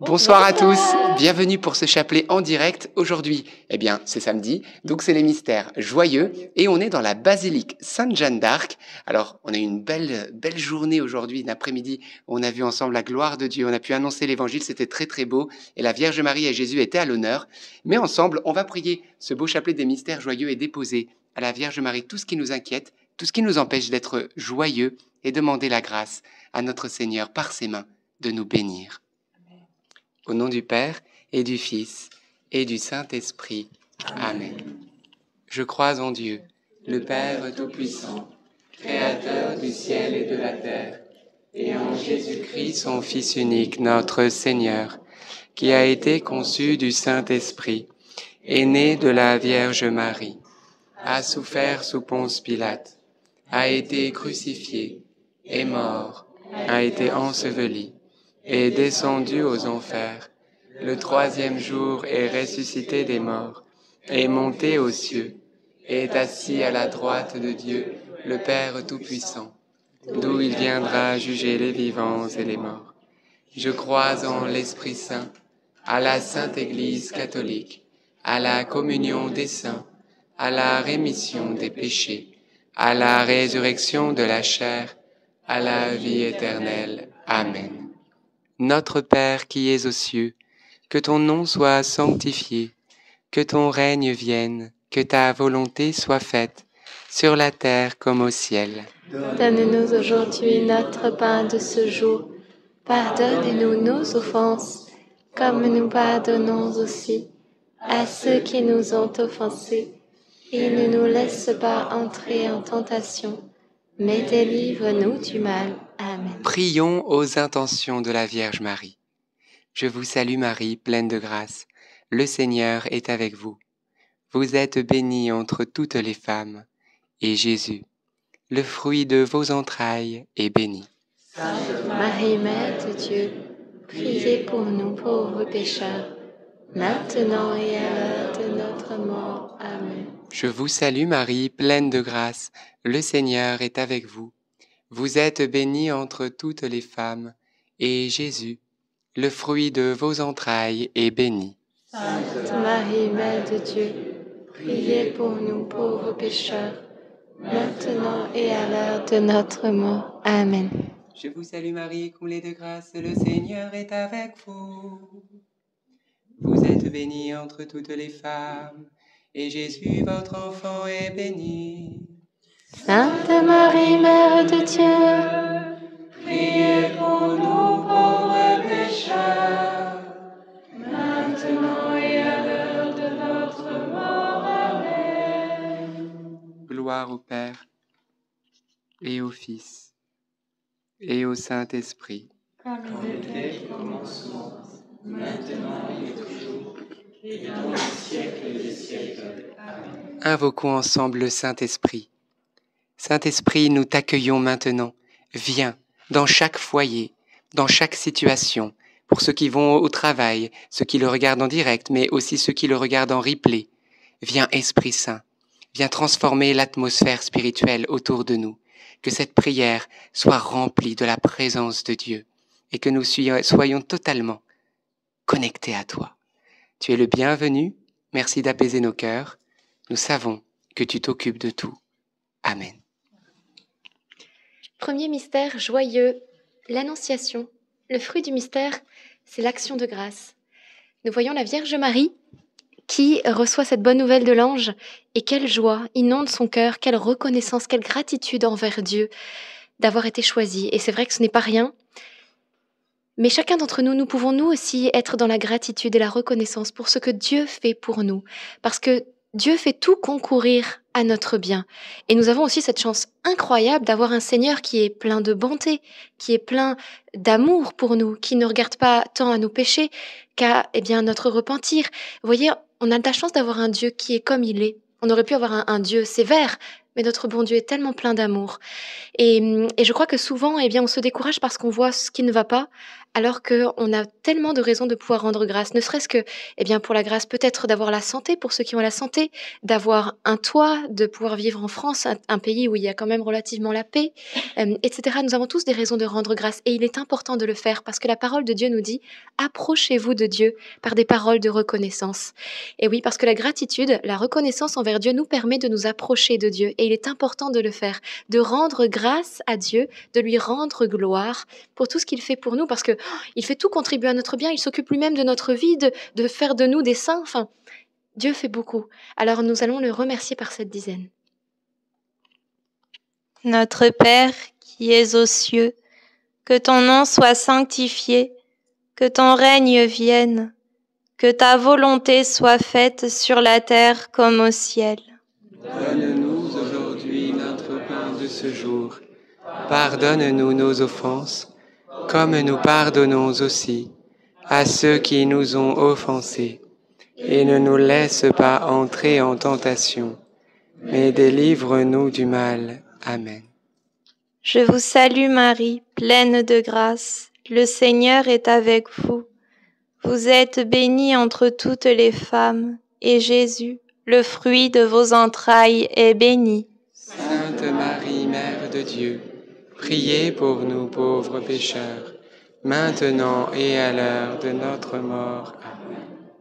Bonsoir à tous, bienvenue pour ce chapelet en direct. Aujourd'hui, c'est samedi, donc c'est les mystères joyeux et on est dans la basilique Sainte-Jeanne d'Arc. Alors, on a eu une belle journée aujourd'hui, d'après-midi. On a vu ensemble la gloire de Dieu, on a pu annoncer l'évangile, c'était très très beau et la Vierge Marie et Jésus étaient à l'honneur. Mais ensemble, on va prier ce beau chapelet des mystères joyeux et déposer à la Vierge Marie tout ce qui nous inquiète, tout ce qui nous empêche d'être joyeux et demander la grâce à notre Seigneur par ses mains de nous bénir. Au nom du Père, et du Fils, et du Saint-Esprit. Amen. Je crois en Dieu, le Père Tout-Puissant, Créateur du ciel et de la terre, et en Jésus-Christ, son Fils unique, notre Seigneur, qui a été conçu du Saint-Esprit, est né de la Vierge Marie, a souffert sous Ponce Pilate, a été crucifié, est mort, a été enseveli, est descendu aux enfers, le troisième jour est ressuscité des morts, est monté aux cieux, est assis à la droite de Dieu, le Père Tout-Puissant, d'où il viendra juger les vivants et les morts. Je crois en l'Esprit Saint, à la Sainte Église catholique, à la communion des saints, à la rémission des péchés, à la résurrection de la chair, à la vie éternelle. Amen. Notre Père qui es aux cieux, que ton nom soit sanctifié, que ton règne vienne, que ta volonté soit faite, sur la terre comme au ciel. Donne-nous aujourd'hui notre pain de ce jour. Pardonne-nous nos offenses, comme nous pardonnons aussi à ceux qui nous ont offensés. Et ne nous laisse pas entrer en tentation, mais délivre-nous du mal. Amen. Prions aux intentions de la Vierge Marie. Je vous salue Marie, pleine de grâce. Le Seigneur est avec vous. Vous êtes bénie entre toutes les femmes, et Jésus, le fruit de vos entrailles, est béni. Sainte Marie, Mère de Dieu, priez pour nous pauvres pécheurs, maintenant et à l'heure de notre mort. Amen. Je vous salue Marie, pleine de grâce. Le Seigneur est avec vous. Vous êtes bénie entre toutes les femmes, et Jésus, le fruit de vos entrailles, est béni. Sainte Marie, Mère de Dieu, priez pour nous pauvres pécheurs, maintenant et à l'heure de notre mort. Amen. Je vous salue Marie, comblée de grâce, le Seigneur est avec vous. Vous êtes bénie entre toutes les femmes, et Jésus, votre enfant, est béni. Sainte Marie, Mère de Dieu, priez pour nous pauvres pécheurs, maintenant et à l'heure de notre mort. Amen. Gloire au Père, et au Fils, et au Saint-Esprit. comme il était au commencement, maintenant et toujours, et dans les siècles des siècles. Amen. Invoquons ensemble le Saint-Esprit. Saint-Esprit, nous t'accueillons maintenant. Viens dans chaque foyer, dans chaque situation, pour ceux qui vont au travail, ceux qui le regardent en direct, mais aussi ceux qui le regardent en replay. Viens, Esprit Saint, viens transformer l'atmosphère spirituelle autour de nous. Que cette prière soit remplie de la présence de Dieu et que nous soyons totalement connectés à toi. Tu es le bienvenu, merci d'apaiser nos cœurs. Nous savons que tu t'occupes de tout. Amen. Premier mystère joyeux, l'Annonciation. Le fruit du mystère, c'est l'action de grâce. Nous voyons la Vierge Marie qui reçoit cette bonne nouvelle de l'ange et quelle joie inonde son cœur, quelle reconnaissance, quelle gratitude envers Dieu d'avoir été choisie. Et c'est vrai que ce n'est pas rien, mais chacun d'entre nous, nous pouvons nous aussi être dans la gratitude et la reconnaissance pour ce que Dieu fait pour nous, parce que Dieu fait tout concourir à notre bien. Et nous avons aussi cette chance incroyable d'avoir un Seigneur qui est plein de bonté, qui est plein d'amour pour nous, qui ne regarde pas tant à nos péchés qu'à notre repentir. Vous voyez, on a de la chance d'avoir un Dieu qui est comme il est. On aurait pu avoir un Dieu sévère, mais notre bon Dieu est tellement plein d'amour. Et je crois que souvent, eh bien, on se décourage parce qu'on voit ce qui ne va pas, alors qu'on a tellement de raisons de pouvoir rendre grâce, ne serait-ce que, eh bien, pour la grâce peut-être d'avoir la santé, pour ceux qui ont la santé, d'avoir un toit, de pouvoir vivre en France, un pays où il y a quand même relativement la paix, etc. Nous avons tous des raisons de rendre grâce et il est important de le faire parce que la parole de Dieu nous dit « Approchez-vous de Dieu par des paroles de reconnaissance ». Et oui, parce que la gratitude, la reconnaissance envers Dieu nous permet de nous approcher de Dieu et il est important de le faire, de rendre grâce à Dieu, de lui rendre gloire pour tout ce qu'il fait pour nous parce que il fait tout contribuer à notre bien, il s'occupe lui-même de notre vie, de faire de nous des saints. Enfin, Dieu fait beaucoup. Alors nous allons le remercier par cette dizaine. Notre Père qui es aux cieux, que ton nom soit sanctifié, que ton règne vienne, que ta volonté soit faite sur la terre comme au ciel. Donne-nous aujourd'hui notre pain de ce jour. Pardonne-nous nos offenses, comme nous pardonnons aussi à ceux qui nous ont offensés. Et ne nous laisse pas entrer en tentation, mais délivre-nous du mal. Amen. Je vous salue Marie, pleine de grâce, le Seigneur est avec vous. Vous êtes bénie entre toutes les femmes, et Jésus, le fruit de vos entrailles, est béni. Sainte Marie, Mère de Dieu, priez pour nous pauvres pécheurs, maintenant et à l'heure de notre mort. Amen.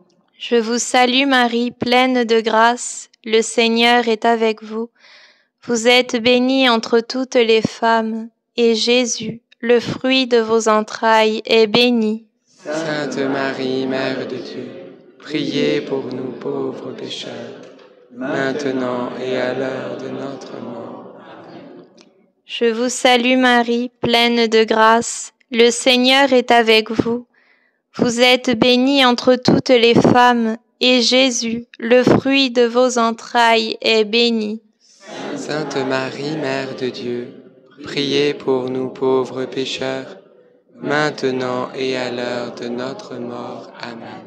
Je vous salue Marie, pleine de grâce, le Seigneur est avec vous. Vous êtes bénie entre toutes les femmes, et Jésus, le fruit de vos entrailles, est béni. Sainte Marie, Mère de Dieu, priez pour nous pauvres pécheurs, maintenant et à l'heure de notre mort. Amen. Je vous salue Marie, pleine de grâce, le Seigneur est avec vous. Vous êtes bénie entre toutes les femmes, et Jésus, le fruit de vos entrailles, est béni. Sainte Marie, Mère de Dieu, priez pour nous pauvres pécheurs, maintenant et à l'heure de notre mort. Amen.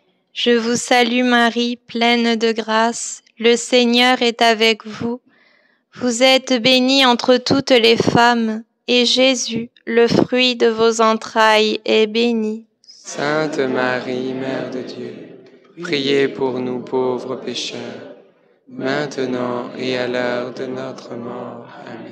Je vous salue Marie, pleine de grâce, le Seigneur est avec vous. Vous êtes bénie entre toutes les femmes, et Jésus, le fruit de vos entrailles, est béni. Sainte Marie, Mère de Dieu, priez pour nous pauvres pécheurs, maintenant et à l'heure de notre mort. Amen.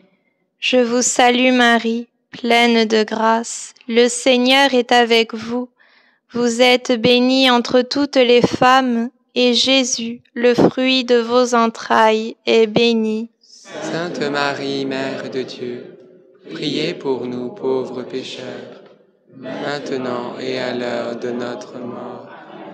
Je vous salue Marie, pleine de grâce, le Seigneur est avec vous. Vous êtes bénie entre toutes les femmes, et Jésus, le fruit de vos entrailles, est béni. Sainte Marie, Mère de Dieu, priez pour nous pauvres pécheurs, maintenant et à l'heure de notre mort.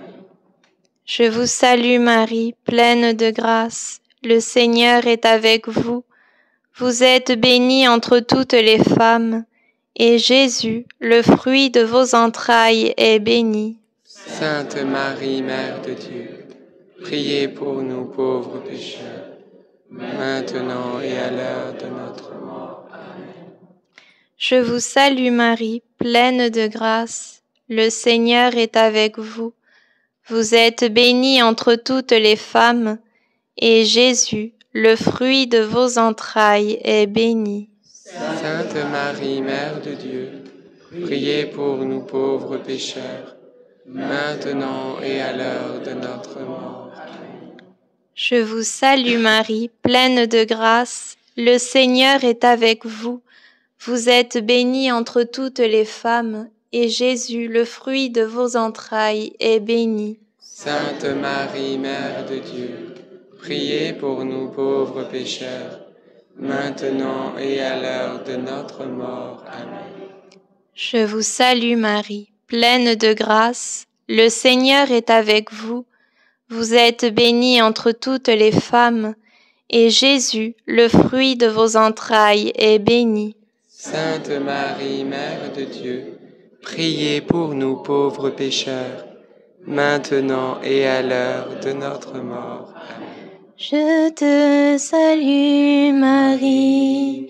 Je vous salue Marie, pleine de grâce, le Seigneur est avec vous. Vous êtes bénie entre toutes les femmes, et Jésus, le fruit de vos entrailles, est béni. Sainte Marie, Mère de Dieu, priez pour nous pauvres pécheurs, maintenant et à l'heure de notre mort. Amen. Je vous salue Marie, pleine de grâce, le Seigneur est avec vous. Vous êtes bénie entre toutes les femmes, et Jésus, le fruit de vos entrailles, est béni. Sainte Marie, Mère de Dieu, priez pour nous pauvres pécheurs, maintenant et à l'heure de notre mort. Amen. Je vous salue Marie, pleine de grâce, le Seigneur est avec vous. Vous êtes bénie entre toutes les femmes, et Jésus, le fruit de vos entrailles, est béni. Sainte Marie, Mère de Dieu, priez pour nous pauvres pécheurs, maintenant et à l'heure de notre mort. Amen. Je vous salue Marie, pleine de grâce, le Seigneur est avec vous. Vous êtes bénie entre toutes les femmes, et Jésus, le fruit de vos entrailles, est béni. Sainte Marie, Mère de Dieu, priez pour nous pauvres pécheurs, maintenant et à l'heure de notre mort. Amen. Je te salue Marie,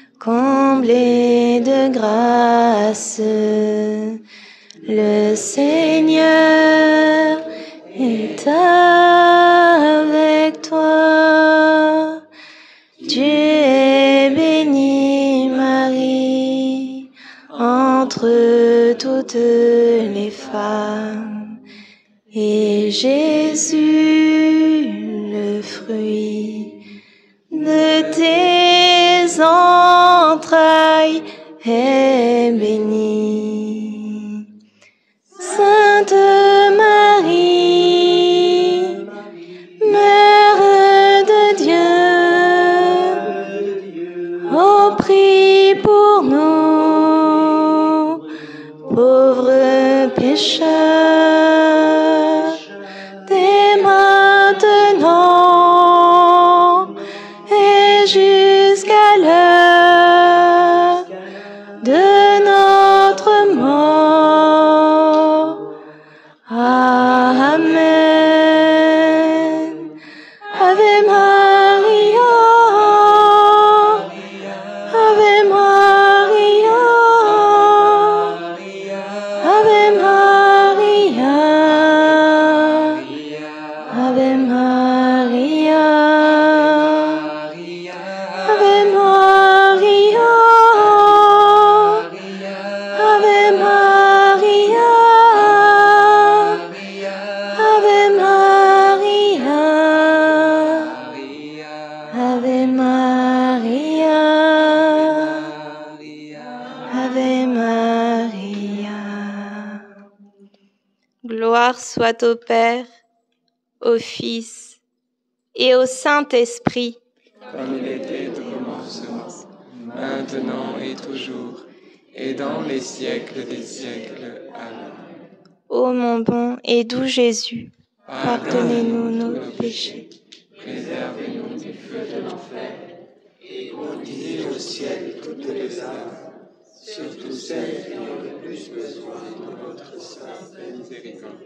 comblée de grâce, le Seigneur est avec toi. entre toutes les femmes, et Jésus, le fruit de tes entrailles, est béni. Sainte Marie, Mère de Dieu, ô prie pour nous, pauvres pécheurs, dès maintenant et jusqu'à l'heure de notre mort. Amen. Ave Maria, Ave Maria, Ave Maria, Ave Maria, Ave Maria, Ave Maria, Ave Maria, Ave Maria, Ave Maria. Gloire soit au Père, au Fils et au Saint-Esprit, Comme il était au commencement, maintenant et toujours, et dans les siècles des siècles. Amen. ô mon bon et doux Jésus, pardonnez-nous nos péchés, Préservez-nous du feu de l'enfer, et conduisez au ciel toutes les âmes, surtout celles qui ont le plus besoin de votre sainte miséricorde.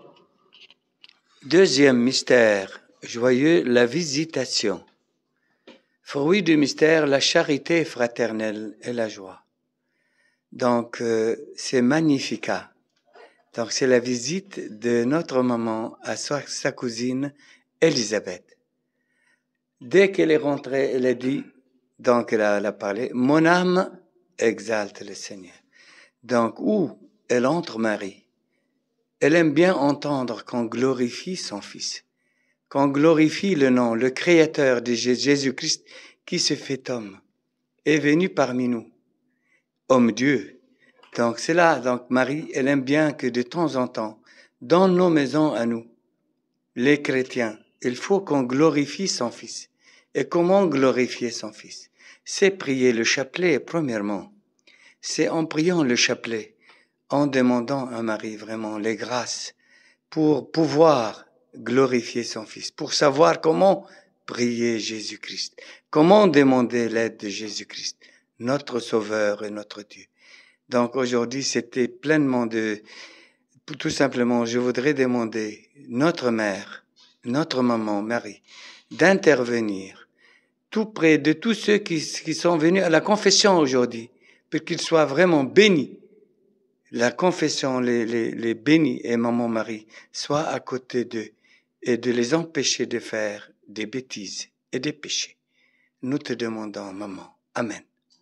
Deuxième mystère joyeux, la visitation. Fruit du mystère, la charité fraternelle et la joie. Donc, c'est Magnificat. Donc, c'est la visite de notre maman à sa cousine Élisabeth. Dès qu'elle est rentrée, elle a dit, donc elle a parlé, « Mon âme exalte le Seigneur ». Donc, où elle entre Marie, elle aime bien entendre qu'on glorifie son Fils, qu'on glorifie le nom, le Créateur de Jésus-Christ qui se fait homme, est venu parmi nous, homme Dieu. Donc c'est là, donc Marie, elle aime bien que de temps en temps, dans nos maisons à nous, les chrétiens, il faut qu'on glorifie son Fils. Et comment glorifier son Fils? C'est prier le chapelet, premièrement. C'est en priant le chapelet, en demandant à Marie vraiment les grâces pour pouvoir glorifier son Fils, pour savoir comment prier Jésus-Christ, comment demander l'aide de Jésus-Christ, notre Sauveur et notre Dieu. Donc aujourd'hui, c'était pleinement tout simplement, je voudrais demander notre mère, notre maman Marie, d'intervenir tout près de tous ceux qui sont venus à la confession aujourd'hui, pour qu'ils soient vraiment bénis. La confession les bénit et maman Marie soit à côté d'eux et de les empêcher de faire des bêtises et des péchés. Nous te demandons, maman. Amen.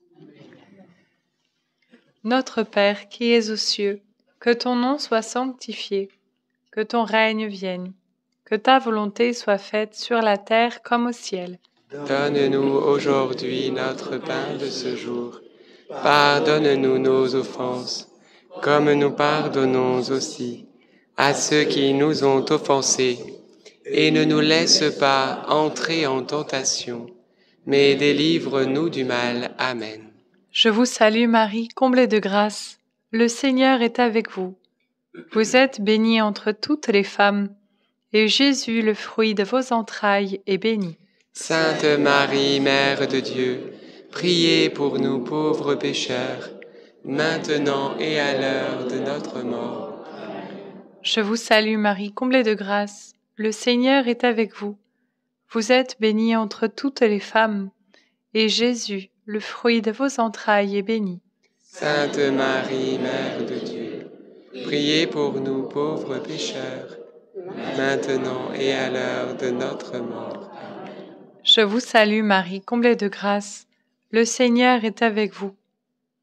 Notre Père qui es aux cieux, que ton nom soit sanctifié, que ton règne vienne, que ta volonté soit faite sur la terre comme au ciel. Donne-nous aujourd'hui notre pain de ce jour. Pardonne-nous nos offenses, comme nous pardonnons aussi à ceux qui nous ont offensés. Et ne nous laisse pas entrer en tentation, mais délivre-nous du mal. Amen. Je vous salue Marie, comblée de grâce. Le Seigneur est avec vous. Vous êtes bénie entre toutes les femmes, et Jésus, le fruit de vos entrailles, est béni. Sainte Marie, Mère de Dieu, priez pour nous pauvres pécheurs, maintenant et à l'heure de notre mort. Je vous salue Marie, comblée de grâce. Le Seigneur est avec vous. Vous êtes bénie entre toutes les femmes, et Jésus, le fruit de vos entrailles, est béni. Sainte Marie, Mère de Dieu, priez pour nous pauvres pécheurs, maintenant et à l'heure de notre mort. Je vous salue Marie, comblée de grâce. Le Seigneur est avec vous.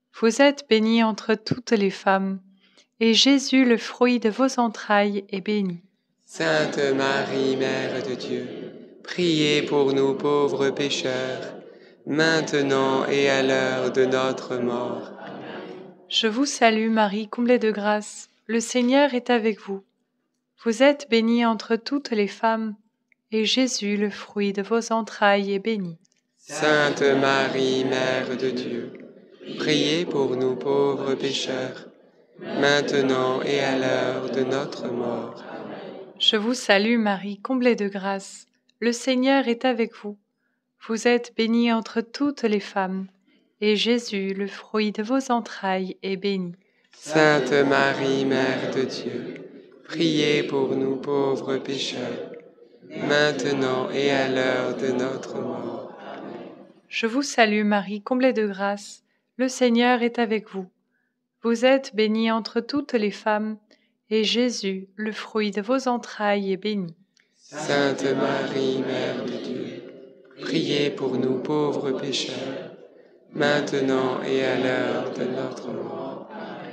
Vous êtes bénie entre toutes les femmes, et Jésus, le fruit de vos entrailles, est béni. Sainte Marie, Mère de Dieu, priez pour nous pauvres pécheurs, maintenant et à l'heure de notre mort. Je vous salue Marie, comblée de grâce, le Seigneur est avec vous. Vous êtes bénie entre toutes les femmes, et Jésus, le fruit de vos entrailles, est béni. Sainte Marie, Mère de Dieu, priez pour nous pauvres pécheurs, maintenant et à l'heure de notre mort. Je vous salue Marie, comblée de grâce, le Seigneur est avec vous. Vous êtes bénie entre toutes les femmes, et Jésus, le fruit de vos entrailles, est béni. Sainte Marie, Mère de Dieu, priez pour nous pauvres pécheurs, maintenant et à l'heure de notre mort. Je vous salue Marie, comblée de grâce, le Seigneur est avec vous. Vous êtes bénie entre toutes les femmes, et Jésus, le fruit de vos entrailles, est béni. Sainte Marie, Mère de Dieu, priez pour nous pauvres pécheurs, maintenant et à l'heure de notre mort.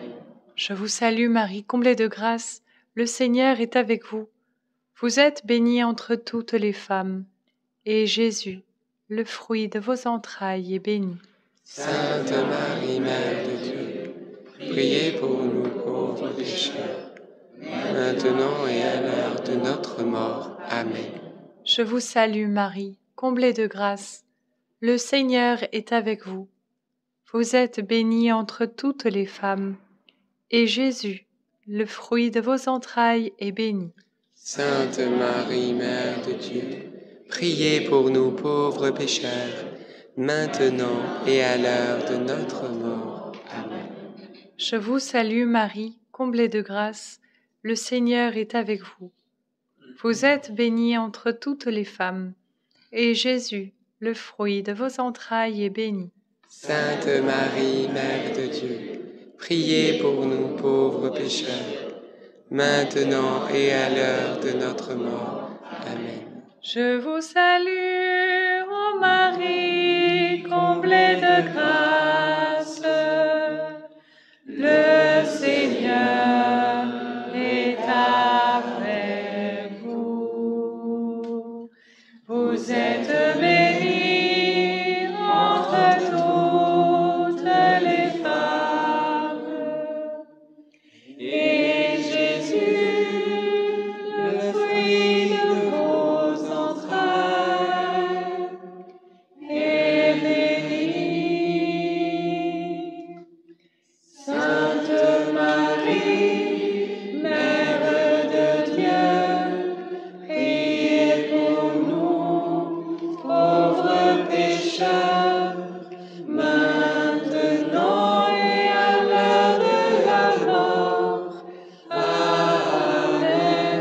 Je vous salue Marie, comblée de grâce, le Seigneur est avec vous. Vous êtes bénie entre toutes les femmes, et Jésus, le fruit de vos entrailles, est béni. Sainte Marie, Mère de Dieu, priez pour nous pauvres pécheurs, maintenant et à l'heure de notre mort. Amen. Je vous salue Marie, comblée de grâce, le Seigneur est avec vous. Vous êtes bénie entre toutes les femmes, et Jésus, le fruit de vos entrailles, est béni. Sainte Marie, Mère de Dieu, priez pour nous pauvres pécheurs, maintenant et à l'heure de notre mort. Amen. Je vous salue Marie, comblée de grâce, le Seigneur est avec vous. Vous êtes bénie entre toutes les femmes, et Jésus, le fruit de vos entrailles, est béni. Sainte Marie, Mère de Dieu, priez pour nous pauvres pécheurs, maintenant et à l'heure de notre mort. Amen. Je vous salue, ô Marie, comblée de grâce. Le Seigneur est avec vous. Vous êtes bénie entre toutes les femmes. Et Jésus, le fruit de vos entrailles, est béni. Sainte Marie, Mère de Dieu, priez pour nous, pauvres pécheurs, maintenant et à l'heure de la mort. Amen.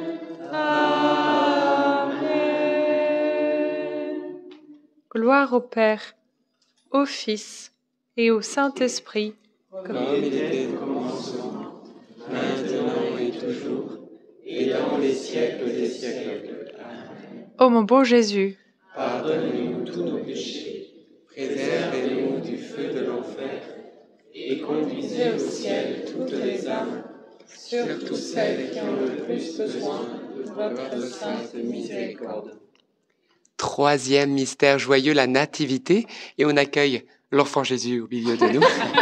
Amen. Gloire au Père, au Fils et au Saint-Esprit, Comme il était au commencement, maintenant et toujours, et dans les siècles des siècles. Amen. ô mon bon Jésus, Pardonne-nous tous nos péchés, préservez-nous du feu de l'enfer, et conduisez au ciel toutes les âmes, surtout celles qui ont le plus besoin de votre sainte miséricorde. Troisième mystère joyeux, la nativité, et on accueille l'enfant Jésus au milieu de nous.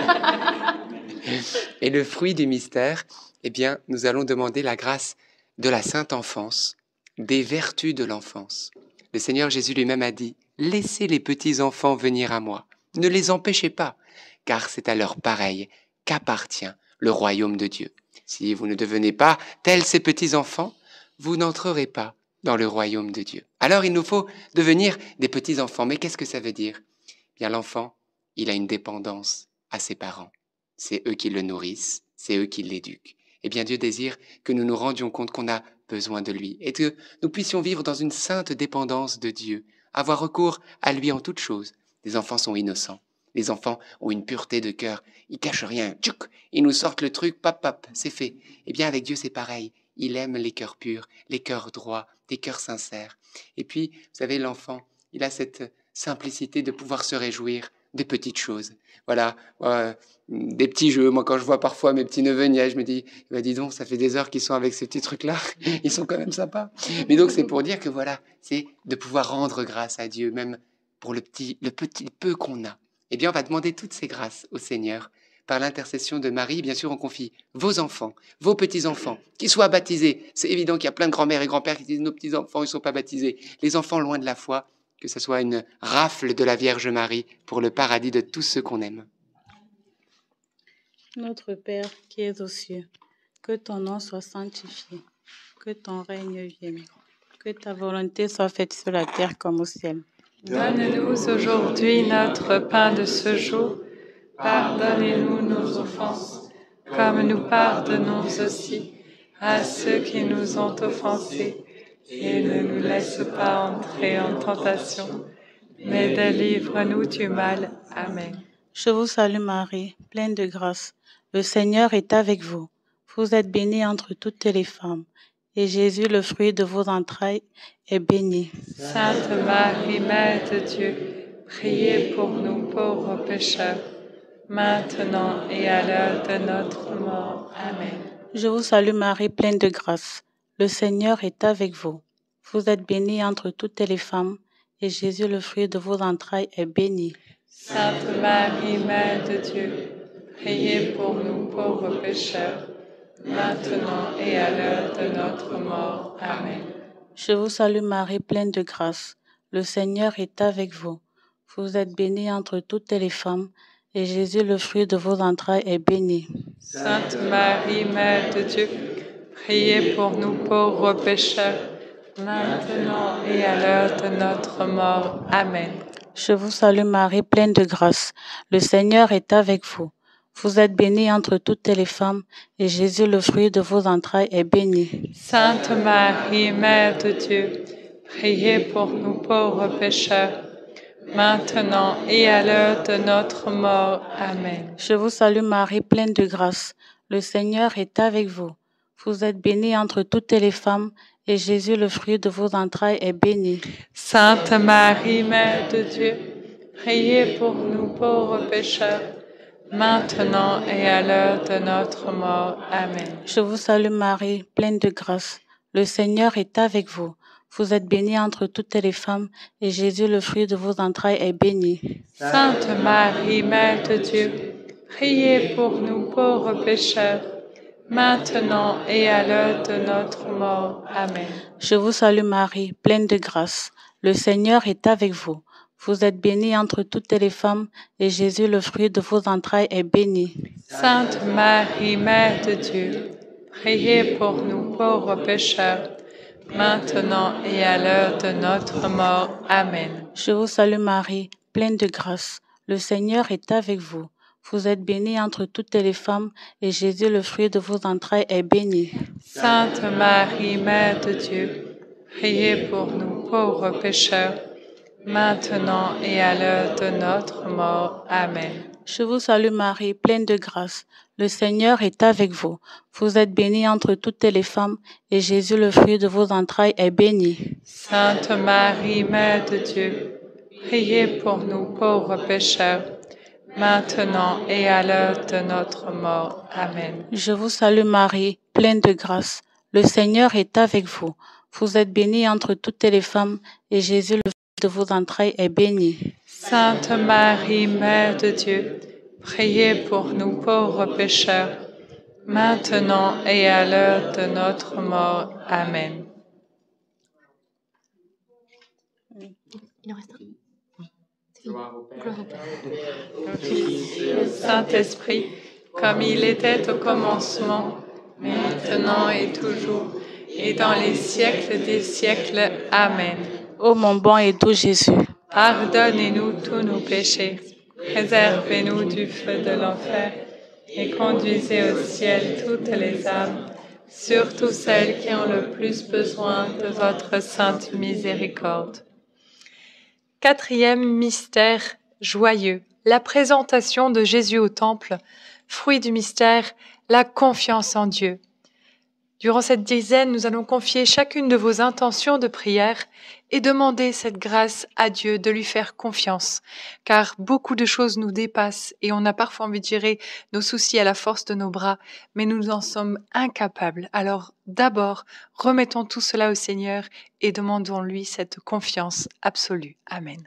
Et le fruit du mystère, eh bien, nous allons demander la grâce de la sainte enfance, des vertus de l'enfance. Le Seigneur Jésus lui-même a dit « Laissez les petits enfants venir à moi, ne les empêchez pas, car c'est à leur pareil qu'appartient le royaume de Dieu. Si vous ne devenez pas tels ces petits enfants, vous n'entrerez pas dans le royaume de Dieu. » Alors il nous faut devenir des petits enfants. Mais qu'est-ce que ça veut dire ? Bien, l'enfant, il a une dépendance à ses parents. C'est eux qui le nourrissent, c'est eux qui l'éduquent. Et bien Dieu désire que nous nous rendions compte qu'on a besoin de lui et que nous puissions vivre dans une sainte dépendance de Dieu, avoir recours à lui en toutes choses. Les enfants sont innocents. Les enfants ont une pureté de cœur. Ils cachent rien. Tchouk, ils nous sortent le truc, pap, pap, c'est fait. Eh bien avec Dieu c'est pareil. Il aime les cœurs purs, les cœurs droits, des cœurs sincères. Et puis, vous savez, l'enfant, il a cette simplicité de pouvoir se réjouir des petites choses. Voilà, des petits jeux. Moi, quand je vois parfois mes petits neveux, nièces, je me dis, bah, dis donc, ça fait des heures qu'ils sont avec ces petits trucs-là. Ils sont quand même sympas. Mais donc, c'est pour dire que voilà, c'est de pouvoir rendre grâce à Dieu, même pour le petit peu qu'on a. Eh bien, on va demander toutes ces grâces au Seigneur. Par l'intercession de Marie, bien sûr, on confie vos enfants, vos petits-enfants, qu'ils soient baptisés. C'est évident qu'il y a plein de grands-mères et grands-pères qui disent, nos petits-enfants, ils ne sont pas baptisés. Les enfants loin de la foi, que ce soit une rafle de la Vierge Marie pour le paradis de tous ceux qu'on aime. Notre Père qui es aux cieux, que ton nom soit sanctifié, que ton règne vienne, que ta volonté soit faite sur la terre comme au ciel. Donne-nous aujourd'hui notre pain de ce jour. Pardonnez-nous nos offenses, comme nous pardonnons aussi à ceux qui nous ont offensés. Et ne nous laisse pas entrer en tentation, mais délivre-nous du mal. Amen. Je vous salue Marie, pleine de grâce. Le Seigneur est avec vous. Vous êtes bénie entre toutes les femmes, et Jésus, le fruit de vos entrailles, est béni. Sainte Marie, Mère de Dieu, priez pour nous pauvres pécheurs, maintenant et à l'heure de notre mort. Amen. Je vous salue Marie, pleine de grâce. Le Seigneur est avec vous. Vous êtes bénie entre toutes les femmes, et Jésus, le fruit de vos entrailles, est béni. Sainte Marie, Mère de Dieu, priez pour nous pauvres pécheurs, maintenant et à l'heure de notre mort. Amen. Je vous salue Marie, pleine de grâce. Le Seigneur est avec vous. Vous êtes bénie entre toutes les femmes, et Jésus, le fruit de vos entrailles, est béni. Sainte Marie, Mère de Dieu, priez pour nous pauvres pécheurs, maintenant et à l'heure de notre mort. Amen. Je vous salue Marie, pleine de grâce. Le Seigneur est avec vous. Vous êtes bénie entre toutes les femmes, et Jésus, le fruit de vos entrailles, est béni. Sainte Marie, Mère de Dieu, priez pour nous pauvres pécheurs, maintenant et à l'heure de notre mort. Amen. Je vous salue Marie, pleine de grâce. Le Seigneur est avec vous. Vous êtes bénie entre toutes les femmes, et Jésus, le fruit de vos entrailles, est béni. Sainte Marie, Mère de Dieu, priez pour nous pauvres pécheurs, maintenant et à l'heure de notre mort. Amen. Je vous salue Marie, pleine de grâce. Le Seigneur est avec vous. Vous êtes bénie entre toutes les femmes, et Jésus, le fruit de vos entrailles, est béni. Sainte Marie, Mère de Dieu, priez pour nous pauvres pécheurs, maintenant et à l'heure de notre mort. Amen. Je vous salue Marie, pleine de grâce. Le Seigneur est avec vous. Vous êtes bénie entre toutes les femmes, et Jésus, le fruit de vos entrailles, est béni. Sainte Marie, Mère de Dieu, priez pour nous pauvres pécheurs, maintenant et à l'heure de notre mort. Amen. Je vous salue Marie, pleine de grâce. Le Seigneur est avec vous. Vous êtes bénie entre toutes les femmes, et Jésus, le fruit de vos entrailles, est béni. Sainte Marie, Mère de Dieu, priez pour nous pauvres pécheurs, maintenant et à l'heure de notre mort. Amen. Je vous salue Marie, pleine de grâce. Le Seigneur est avec vous. Vous êtes bénie entre toutes les femmes, et Jésus, le fruit de vos entrailles, est béni. Sainte Marie, Mère de Dieu, priez pour nous pauvres pécheurs, maintenant et à l'heure de notre mort. Amen. Je vous salue Marie, pleine de grâce. Le Seigneur est avec vous. Vous êtes bénie entre toutes les femmes, et Jésus, le fruit de vos entrailles, est béni. Sainte Marie, Mère de Dieu, priez pour nous pauvres pécheurs, maintenant et à l'heure de notre mort. Amen. Il en reste un. Gloire au Père, au Saint-Esprit, comme il était au commencement, maintenant et toujours, et dans les siècles des siècles. Amen. Ô mon bon et doux Jésus, pardonnez-nous tous nos péchés, préservez-nous du feu de l'enfer, et conduisez au ciel toutes les âmes, surtout celles qui ont le plus besoin de votre sainte miséricorde. Quatrième mystère joyeux, la présentation de Jésus au temple, fruit du mystère, la confiance en Dieu. Durant cette dizaine, nous allons confier chacune de vos intentions de prière et demander cette grâce à Dieu de lui faire confiance, car beaucoup de choses nous dépassent et on a parfois envie de gérer nos soucis à la force de nos bras, mais nous en sommes incapables. Alors d'abord, remettons tout cela au Seigneur et demandons-lui cette confiance absolue. Amen.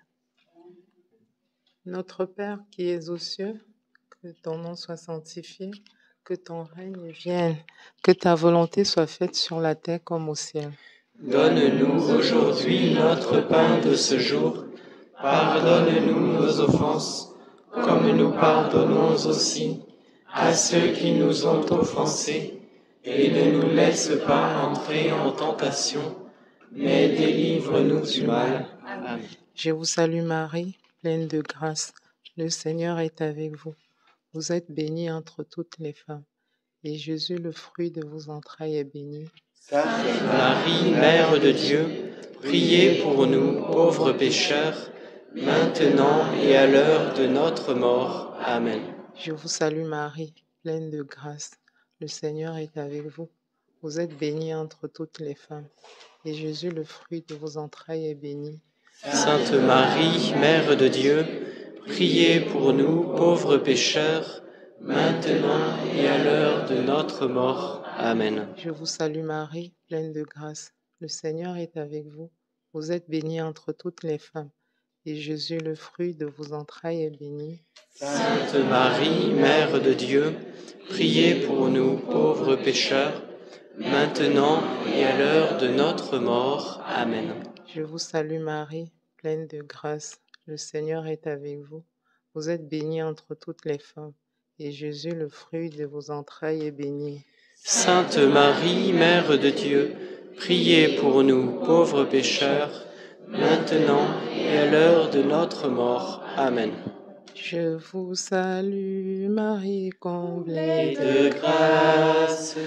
Notre Père qui es aux cieux, que ton nom soit sanctifié, que ton règne vienne, que ta volonté soit faite sur la terre comme au ciel. Donne-nous aujourd'hui notre pain de ce jour. Pardonne-nous nos offenses, comme nous pardonnons aussi à ceux qui nous ont offensés. Et ne nous laisse pas entrer en tentation, mais délivre-nous du mal. Amen. Je vous salue Marie, pleine de grâce. Le Seigneur est avec vous. Vous êtes bénie entre toutes les femmes, et Jésus, le fruit de vos entrailles, est béni. Sainte Marie, Mère de Dieu, priez pour nous, pauvres pécheurs, maintenant et à l'heure de notre mort. Amen. Je vous salue Marie, pleine de grâce. Le Seigneur est avec vous. Vous êtes bénie entre toutes les femmes, et Jésus, le fruit de vos entrailles, est béni. Sainte Marie, Mère de Dieu, priez pour nous, pauvres pécheurs, maintenant et à l'heure de notre mort. Amen. Je vous salue Marie, pleine de grâce. Le Seigneur est avec vous. Vous êtes bénie entre toutes les femmes, et Jésus, le fruit de vos entrailles, est béni. Sainte Marie, Mère de Dieu, priez pour nous, pauvres pécheurs, maintenant et à l'heure de notre mort. Amen. Je vous salue Marie, pleine de grâce. Le Seigneur est avec vous. Vous êtes bénie entre toutes les femmes, et Jésus, le fruit de vos entrailles, est béni. Sainte Marie, Mère de Dieu, priez pour nous, pauvres pécheurs, maintenant et à l'heure de notre mort. Amen. Je vous salue Marie, comblée de grâce,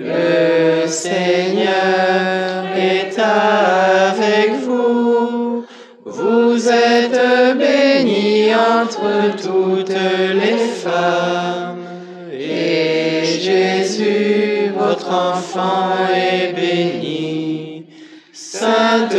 le Seigneur est avec vous. Vous êtes bénie entre toutes les femmes, et Jésus, votre enfant, est béni. Sainte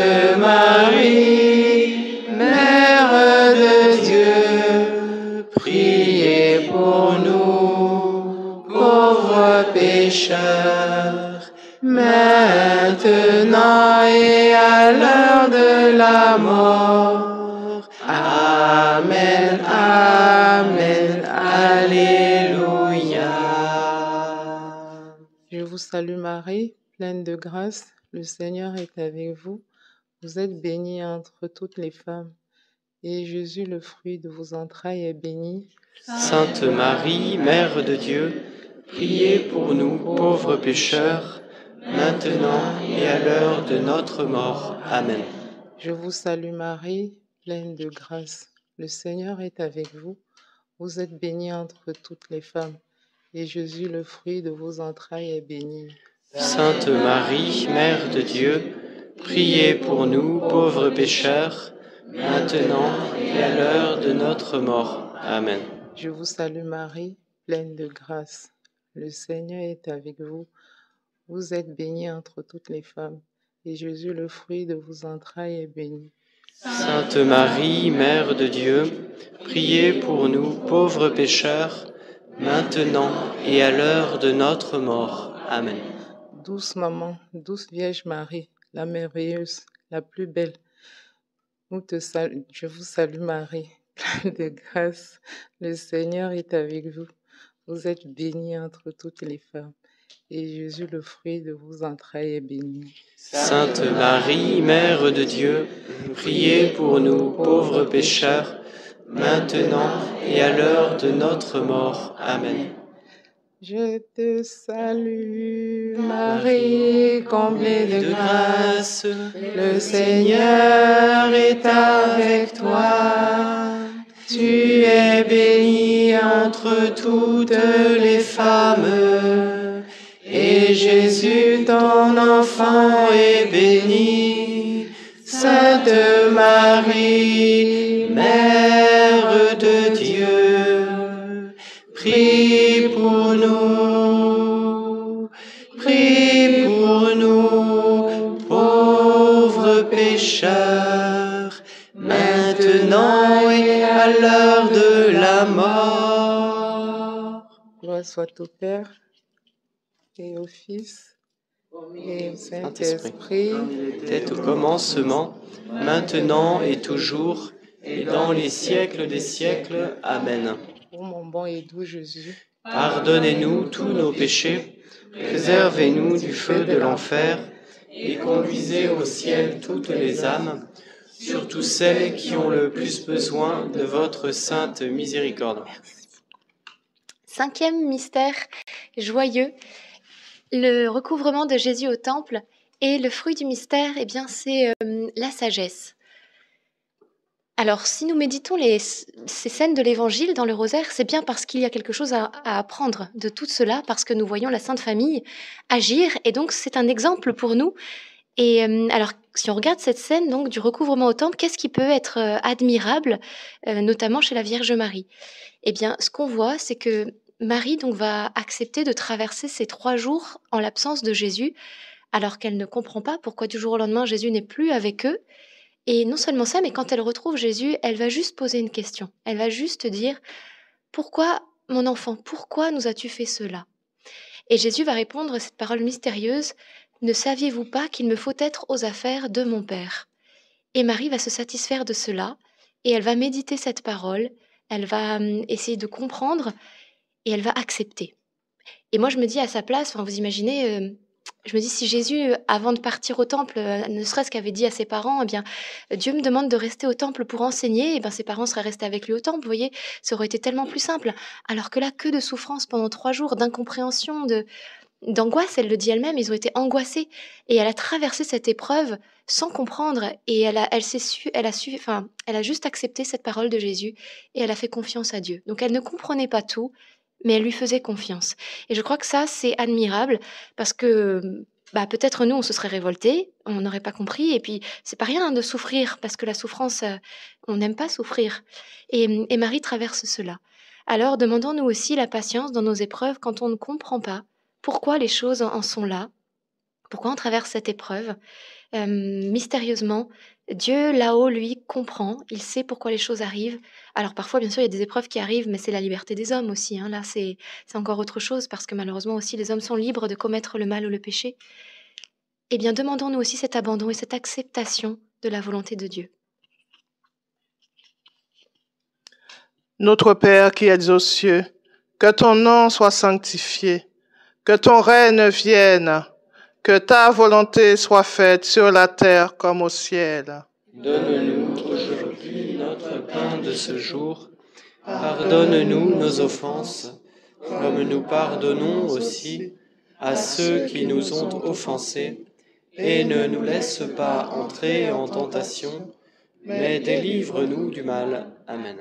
Marie, Mère de Dieu, priez pour nous, pauvres pécheurs, maintenant et à l'heure de la mort. Amen, amen, alléluia. Je vous salue Marie, pleine de grâce, le Seigneur est avec vous. Vous êtes bénie entre toutes les femmes, et Jésus, le fruit de vos entrailles, est béni. Sainte Marie, Mère de Dieu, priez pour nous, pauvres pécheurs, maintenant et à l'heure de notre mort. Amen. Je vous salue Marie, pleine de grâce, le Seigneur est avec vous. Vous êtes bénie entre toutes les femmes, et Jésus, le fruit de vos entrailles, est béni. Sainte Marie, Mère de Dieu, priez pour nous, pauvres pécheurs, maintenant et à l'heure de notre mort. Amen. Je vous salue Marie, pleine de grâce, le Seigneur est avec vous. Vous êtes bénie entre toutes les femmes, et Jésus, le fruit de vos entrailles, est béni. Sainte Marie, Mère de Dieu, priez pour nous, pauvres pécheurs, maintenant et à l'heure de notre mort. Amen. Douce maman, douce Vierge Marie, la merveilleuse, la plus belle, je vous salue Marie, pleine de grâce, le Seigneur est avec vous. Vous êtes bénie entre toutes les femmes, et Jésus, le fruit de vos entrailles, est béni. Sainte Marie, Mère de Dieu, priez pour nous, pauvres pécheurs, maintenant et à l'heure de notre mort. Amen. Je te salue, Marie, comblée de grâce, le Seigneur est avec toi. Tu es bénie entre toutes les femmes, et Jésus, ton enfant, est béni. Sainte Marie, Mère de Dieu, prie pour nous, prie Gloire soit au Père et au Fils et au Saint-Esprit. Était au commencement, maintenant et toujours, et dans les siècles des siècles. Amen. Ô mon bon et doux Jésus, Pardonnez-nous tous nos péchés, préservez-nous du feu de l'enfer, et conduisez au ciel toutes les âmes, surtout celles qui ont le plus besoin de votre sainte miséricorde. 5e mystère joyeux, le recouvrement de Jésus au temple. Et le fruit du mystère, eh bien, c'est la sagesse. Alors, si nous méditons ces scènes de l'Évangile dans le rosaire, c'est bien parce qu'il y a quelque chose à apprendre de tout cela, parce que nous voyons la Sainte Famille agir, et donc c'est un exemple pour nous. Et alors, si on regarde cette scène donc du recouvrement au temple, qu'est-ce qui peut être admirable, notamment chez la Vierge Marie? Eh bien, ce qu'on voit, c'est que Marie donc va accepter de traverser ces 3 jours en l'absence de Jésus, alors qu'elle ne comprend pas pourquoi du jour au lendemain Jésus n'est plus avec eux. Et non seulement ça, mais quand elle retrouve Jésus, elle va juste poser une question. Elle va juste dire « Pourquoi, mon enfant, pourquoi nous as-tu fait cela ?» Et Jésus va répondre à cette parole mystérieuse « Ne saviez-vous pas qu'il me faut être aux affaires de mon Père ?» Et Marie va se satisfaire de cela, et elle va méditer cette parole, elle va essayer de comprendre, et elle va accepter. Et moi, je me dis à sa place, vous imaginez... Je me dis, si Jésus, avant de partir au temple, ne serait-ce qu'avait dit à ses parents, eh bien, Dieu me demande de rester au temple pour enseigner, eh bien, ses parents seraient restés avec lui au temple, vous voyez, ça aurait été tellement plus simple. Alors que là, que de souffrance pendant 3 jours, d'incompréhension, d'angoisse, elle le dit elle-même, ils ont été angoissés. Et elle a traversé cette épreuve sans comprendre, et elle a juste accepté cette parole de Jésus, et elle a fait confiance à Dieu. Donc elle ne comprenait pas tout, mais elle lui faisait confiance. Et je crois que ça, c'est admirable, parce que peut-être nous, on se serait révoltés, on n'aurait pas compris, et puis c'est pas rien de souffrir, parce que la souffrance, on n'aime pas souffrir. Et Marie traverse cela. Alors, demandons-nous aussi la patience dans nos épreuves quand on ne comprend pas pourquoi les choses en sont là, pourquoi on traverse cette épreuve. Mystérieusement, Dieu là-haut, lui, comprend, il sait pourquoi les choses arrivent. Alors parfois, bien sûr, il y a des épreuves qui arrivent, mais c'est la liberté des hommes aussi. Là, c'est encore autre chose, parce que malheureusement aussi, les hommes sont libres de commettre le mal ou le péché. Eh bien, demandons-nous aussi cet abandon et cette acceptation de la volonté de Dieu. Notre Père qui êtes aux cieux, que ton nom soit sanctifié, que ton règne vienne, que ta volonté soit faite sur la terre comme au ciel. Donne-nous aujourd'hui notre pain de ce jour. Pardonne-nous nos offenses, comme nous pardonnons aussi à ceux qui nous ont offensés. Et ne nous laisse pas entrer en tentation, mais délivre-nous du mal. Amen.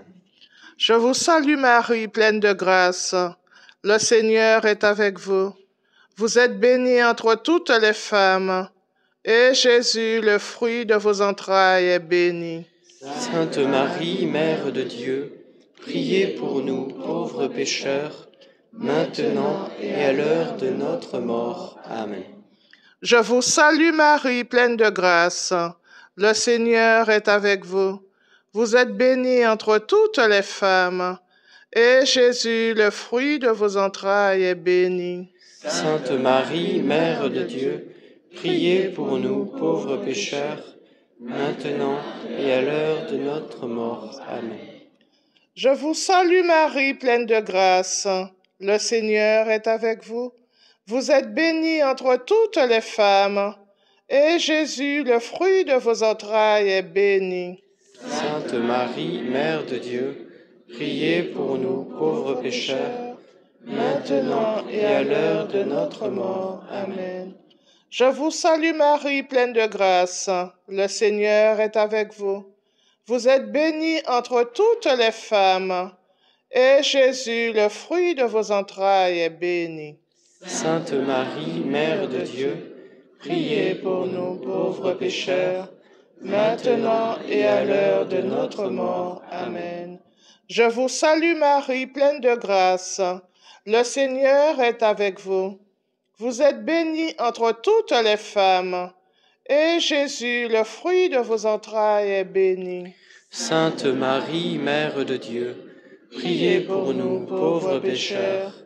Je vous salue Marie, pleine de grâce. Le Seigneur est avec vous. Vous êtes bénie entre toutes les femmes, et Jésus, le fruit de vos entrailles, est béni. Sainte Marie, Mère de Dieu, priez pour nous pauvres pécheurs, maintenant et à l'heure de notre mort. Amen. Je vous salue Marie, pleine de grâce. Le Seigneur est avec vous. Vous êtes bénie entre toutes les femmes, et Jésus, le fruit de vos entrailles, est béni. Sainte Marie, Mère de Dieu, priez pour nous pauvres pécheurs, maintenant et à l'heure de notre mort. Amen. Je vous salue Marie, pleine de grâce. Le Seigneur est avec vous. Vous êtes bénie entre toutes les femmes, et Jésus, le fruit de vos entrailles, est béni. Sainte Marie, Mère de Dieu, priez pour nous pauvres pécheurs, maintenant et à l'heure de notre mort. Amen. Je vous salue Marie, pleine de grâce. Le Seigneur est avec vous. Vous êtes bénie entre toutes les femmes, et Jésus, le fruit de vos entrailles, est béni. Sainte Marie, Mère de Dieu, priez pour nous pauvres pécheurs, maintenant et à l'heure de notre mort. Amen. Je vous salue Marie, pleine de grâce. Le Seigneur est avec vous. Vous êtes bénie entre toutes les femmes, et Jésus, le fruit de vos entrailles, est béni. Sainte Marie, Mère de Dieu, priez pour nous pauvres pécheurs,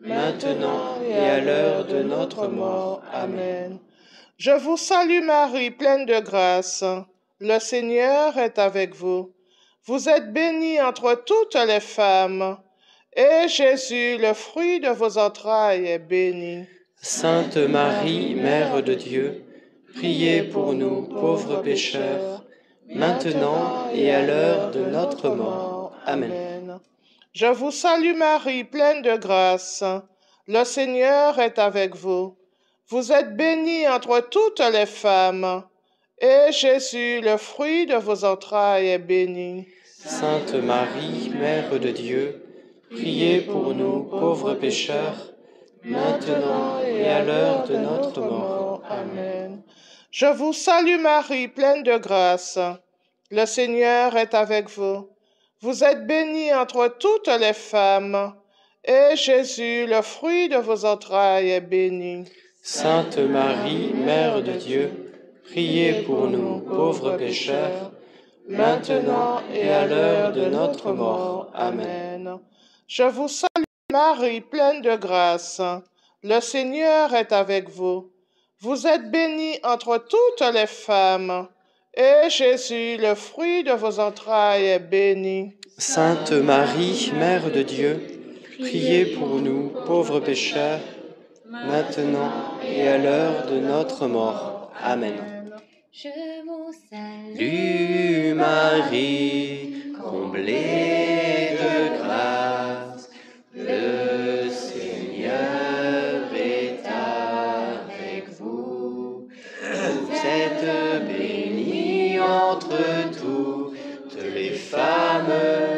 maintenant et à l'heure de notre mort. Amen. Je vous salue Marie, pleine de grâce. Le Seigneur est avec vous. Vous êtes bénie entre toutes les femmes, et Jésus, le fruit de vos entrailles, est béni. Sainte Marie, Mère de Dieu, priez pour nous pauvres pécheurs, maintenant et à l'heure de notre mort. Amen. Je vous salue Marie, pleine de grâce. Le Seigneur est avec vous. Vous êtes bénie entre toutes les femmes, et Jésus, le fruit de vos entrailles, est béni. Sainte Marie, Mère de Dieu, priez pour nous pauvres pécheurs, maintenant et à l'heure de notre mort. Amen. Je vous salue Marie, pleine de grâce. Le Seigneur est avec vous. Vous êtes bénie entre toutes les femmes, et Jésus, le fruit de vos entrailles, est béni. Sainte Marie, Mère de Dieu, priez pour nous pauvres pécheurs, maintenant et à l'heure de notre mort. Amen. Je vous salue Marie, pleine de grâce. Le Seigneur est avec vous. Vous êtes bénie entre toutes les femmes, et Jésus, le fruit de vos entrailles, est béni. Sainte Marie, Mère de Dieu, priez pour nous pauvres pécheurs, maintenant et à l'heure de notre mort. Amen. Je vous Salue Marie, comblée de grâce, le Seigneur est avec vous. Vous êtes bénie entre toutes les femmes,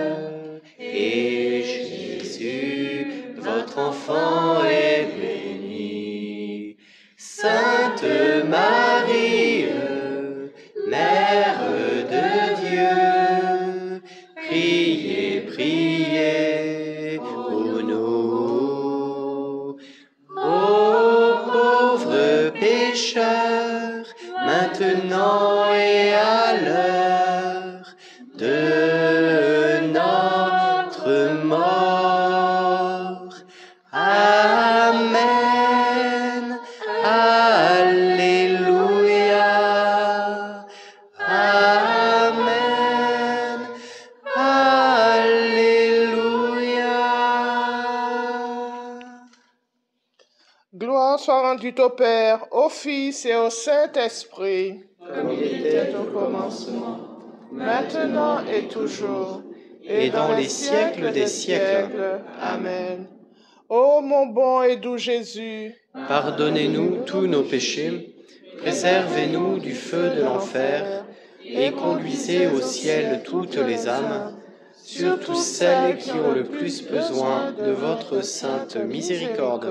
et Jésus, votre enfant, est béni. Sainte Marie, Mère de Dieu, priez, priez pour nous, ô pauvres pécheurs, maintenant et à l'heure de notre mort. Amen. Alléluia. Amen. Alléluia. Gloire soit rendue au Père, au Fils et au Saint-Esprit, Comme il était au commencement, maintenant et toujours, et dans les siècles des siècles. Amen. Ô mon bon et doux Jésus, Pardonnez-nous tous nos péchés, préservez-nous du feu de l'enfer, et conduisez au ciel toutes les âmes, surtout celles qui ont le plus besoin de votre sainte miséricorde.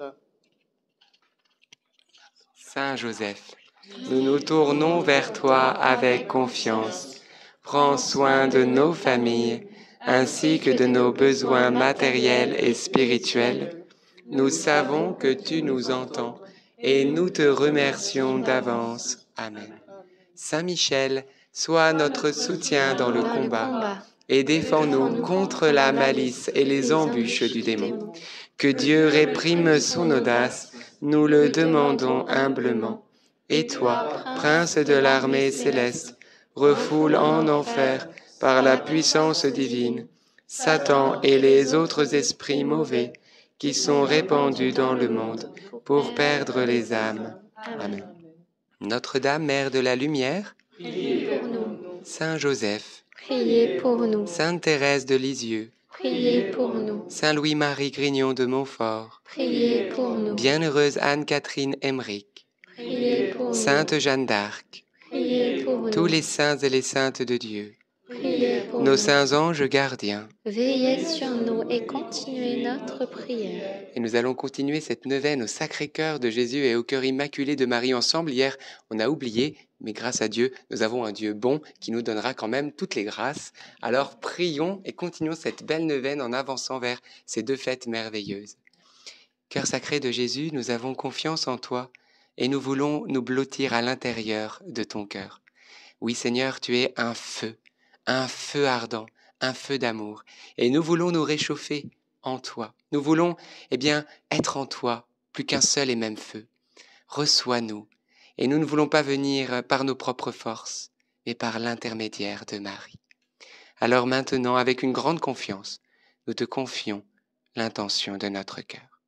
Saint Joseph, nous nous tournons vers toi avec confiance. Prends soin de nos familles, ainsi que de nos besoins matériels et spirituels. Nous savons que tu nous entends et nous te remercions d'avance. Amen. Saint Michel, sois notre soutien dans le combat et défends-nous contre la malice et les embûches du démon. Que Dieu réprime son audace, nous le demandons humblement. Et toi, prince de l'armée céleste, refoule en enfer, par la puissance divine, Satan et les autres esprits mauvais qui sont répandus dans le monde pour perdre les âmes. Amen. Notre-Dame, Mère de la Lumière, priez pour nous. Saint Joseph, Priez pour nous. Sainte Thérèse de Lisieux, Priez pour nous. Saint Louis-Marie Grignon de Montfort, Priez pour nous. Bienheureuse Anne-Catherine Emmerich, Priez pour nous. Sainte Jeanne d'Arc, Priez pour nous. tous les saints et les saintes de Dieu, Priez pour nos nous. saints anges gardiens. Veillez sur nous et continuez notre prière. Et nous allons continuer cette neuvaine au Sacré-Cœur de Jésus et au Cœur immaculé de Marie ensemble. Hier, on a oublié, mais grâce à Dieu, nous avons un Dieu bon qui nous donnera quand même toutes les grâces. Alors prions et continuons cette belle neuvaine en avançant vers ces deux fêtes merveilleuses. Cœur sacré de Jésus, nous avons confiance en toi et nous voulons nous blottir à l'intérieur de ton cœur. Oui Seigneur, tu es un feu ardent, un feu d'amour, et nous voulons nous réchauffer en toi. Nous voulons, être en toi, plus qu'un seul et même feu. Reçois-nous. Et nous ne voulons pas venir par nos propres forces, mais par l'intermédiaire de Marie. Alors maintenant, avec une grande confiance, nous te confions l'intention de notre cœur.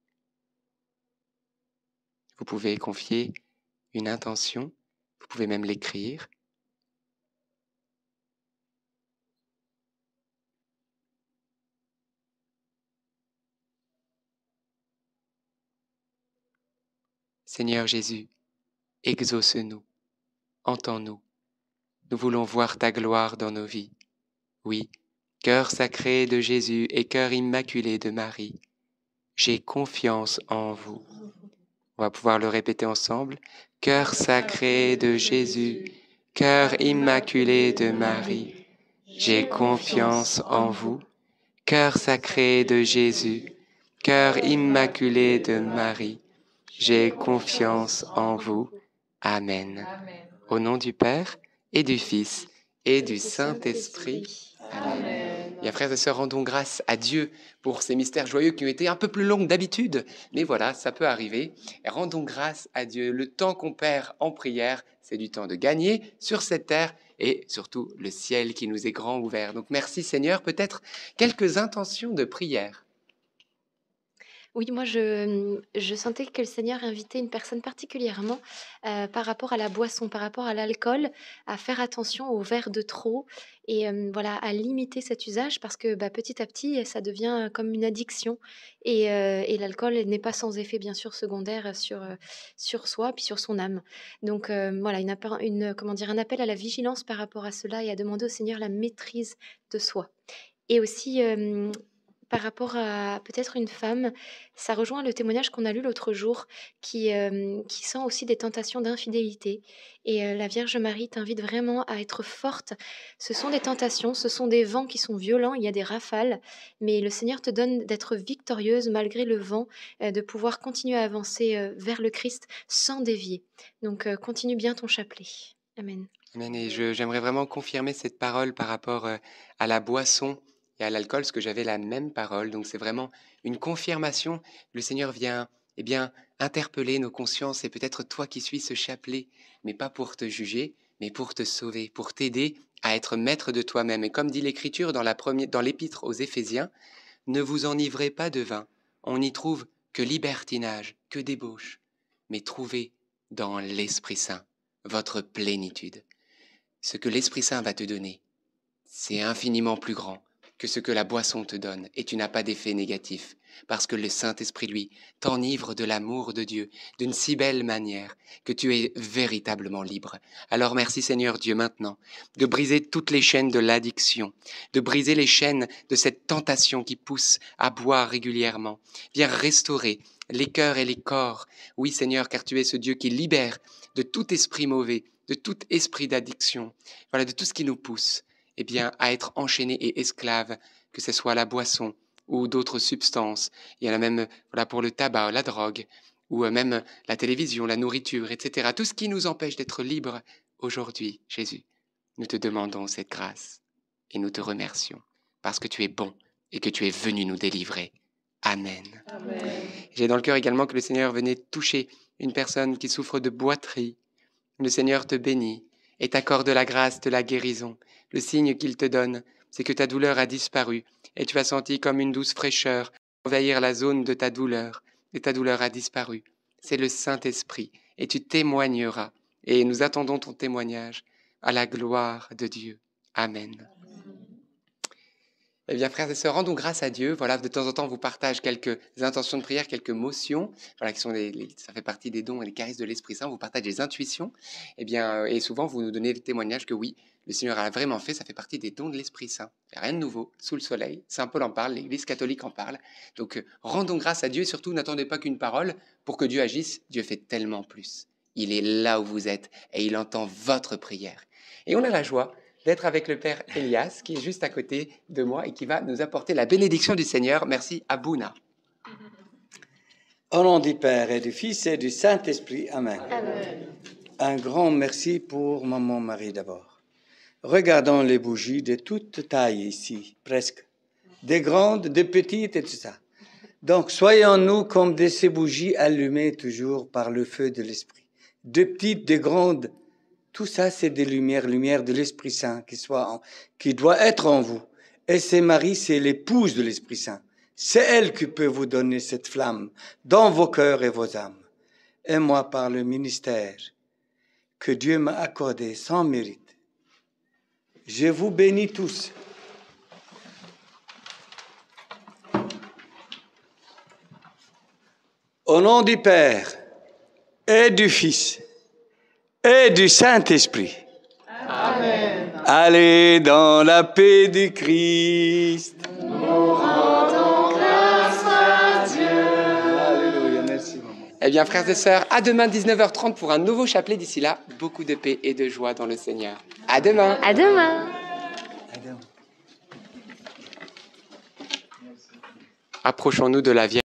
Vous pouvez confier une intention, vous pouvez même l'écrire. Seigneur Jésus, exauce-nous, entends-nous. Nous voulons voir ta gloire dans nos vies. Oui, cœur sacré de Jésus et cœur immaculé de Marie, j'ai confiance en vous. On va pouvoir le répéter ensemble. Cœur sacré de Jésus, cœur immaculé de Marie, j'ai confiance en vous. Cœur sacré de Jésus, cœur immaculé de Marie, j'ai confiance en vous. Amen. Au nom du Père et du Fils et du Saint-Esprit. Amen. Bien, frères et sœurs, rendons grâce à Dieu pour ces mystères joyeux qui ont été un peu plus longs que d'habitude. Mais voilà, ça peut arriver. Et rendons grâce à Dieu. Le temps qu'on perd en prière, c'est du temps de gagner sur cette terre et surtout le ciel qui nous est grand ouvert. Donc merci Seigneur. Peut-être quelques intentions de prière. Oui, moi, je sentais que le Seigneur invitait une personne particulièrement par rapport à la boisson, par rapport à l'alcool, à faire attention au verre de trop et voilà, à limiter cet usage parce que petit à petit, ça devient comme une addiction et l'alcool n'est pas sans effet, bien sûr, secondaire sur soi puis sur son âme. Donc voilà, un appel à la vigilance par rapport à cela et à demander au Seigneur la maîtrise de soi. Et aussi, par rapport à peut-être une femme, ça rejoint le témoignage qu'on a lu l'autre jour, qui sent aussi des tentations d'infidélité. Et la Vierge Marie t'invite vraiment à être forte. Ce sont des tentations, ce sont des vents qui sont violents, il y a des rafales, mais le Seigneur te donne d'être victorieuse malgré le vent, de pouvoir continuer à avancer vers le Christ sans dévier. Donc continue bien ton chapelet. Amen. Amen. Et j'aimerais vraiment confirmer cette parole par rapport à la boisson et à l'alcool, parce que j'avais la même parole. Donc c'est vraiment une confirmation. Le Seigneur vient interpeller nos consciences et peut-être toi qui suis ce chapelet, mais pas pour te juger, mais pour te sauver, pour t'aider à être maître de toi-même. Et comme dit l'Écriture dans l'Épître aux Éphésiens, ne vous enivrez pas de vin. On n'y trouve que libertinage, que débauche, mais trouvez dans l'Esprit Saint votre plénitude. Ce que l'Esprit Saint va te donner, c'est infiniment plus grand que ce que la boisson te donne, et tu n'as pas d'effet négatif, parce que le Saint-Esprit, lui, t'enivre de l'amour de Dieu d'une si belle manière que tu es véritablement libre. Alors merci Seigneur Dieu maintenant de briser toutes les chaînes de l'addiction, de briser les chaînes de cette tentation qui pousse à boire régulièrement. Viens restaurer les cœurs et les corps. Oui Seigneur, car tu es ce Dieu qui libère de tout esprit mauvais, de tout esprit d'addiction, voilà, de tout ce qui nous pousse à être enchaînés et esclaves, que ce soit la boisson ou d'autres substances. Il y en a même pour le tabac, la drogue, ou même la télévision, la nourriture, etc. Tout ce qui nous empêche d'être libres aujourd'hui, Jésus. Nous te demandons cette grâce et nous te remercions parce que tu es bon et que tu es venu nous délivrer. Amen. Amen. J'ai dans le cœur également que le Seigneur venait toucher une personne qui souffre de boiterie. Le Seigneur te bénit et t'accorde la grâce de la guérison. Le signe qu'il te donne, c'est que ta douleur a disparu et tu as senti comme une douce fraîcheur envahir la zone de ta douleur et ta douleur a disparu. C'est le Saint-Esprit et tu témoigneras et nous attendons ton témoignage à la gloire de Dieu. Amen. Eh bien, frères et sœurs, rendons grâce à Dieu. Voilà, de temps en temps, on vous partage quelques intentions de prière, quelques motions, voilà, qui sont ça fait partie des dons et des caresses de l'Esprit Saint. On vous partage des intuitions. Et souvent, vous nous donnez le témoignage que oui, le Seigneur a vraiment fait, ça fait partie des dons de l'Esprit Saint. Il n'y a rien de nouveau sous le soleil. Saint Paul en parle, l'Église catholique en parle. Donc, rendons grâce à Dieu et surtout, n'attendez pas qu'une parole pour que Dieu agisse. Dieu fait tellement plus. Il est là où vous êtes et il entend votre prière. Et on a la joie d'être avec le Père Elias, qui est juste à côté de moi et qui va nous apporter la bénédiction du Seigneur. Merci à Bouna. Au nom du Père et du Fils et du Saint-Esprit. Amen. Amen. Un grand merci pour Maman Marie d'abord. Regardons les bougies de toute taille ici, presque. Des grandes, des petites et tout ça. Donc, soyons-nous comme ces bougies allumées toujours par le feu de l'Esprit. De petites, de grandes, tout ça, c'est des lumières, lumière de l'Esprit Saint qui doit être en vous. Et c'est Marie, c'est l'épouse de l'Esprit Saint. C'est elle qui peut vous donner cette flamme dans vos cœurs et vos âmes. Et moi, par le ministère que Dieu m'a accordé sans mérite, je vous bénis tous. Au nom du Père et du Fils et du Saint-Esprit. Amen. Allez dans la paix du Christ. Nous rendons grâce à Dieu. Alléluia, merci maman. Eh bien, frères et sœurs, à demain 19h30 pour un nouveau chapelet. D'ici là, beaucoup de paix et de joie dans le Seigneur. À demain. À demain. Approchons-nous de la Vierge.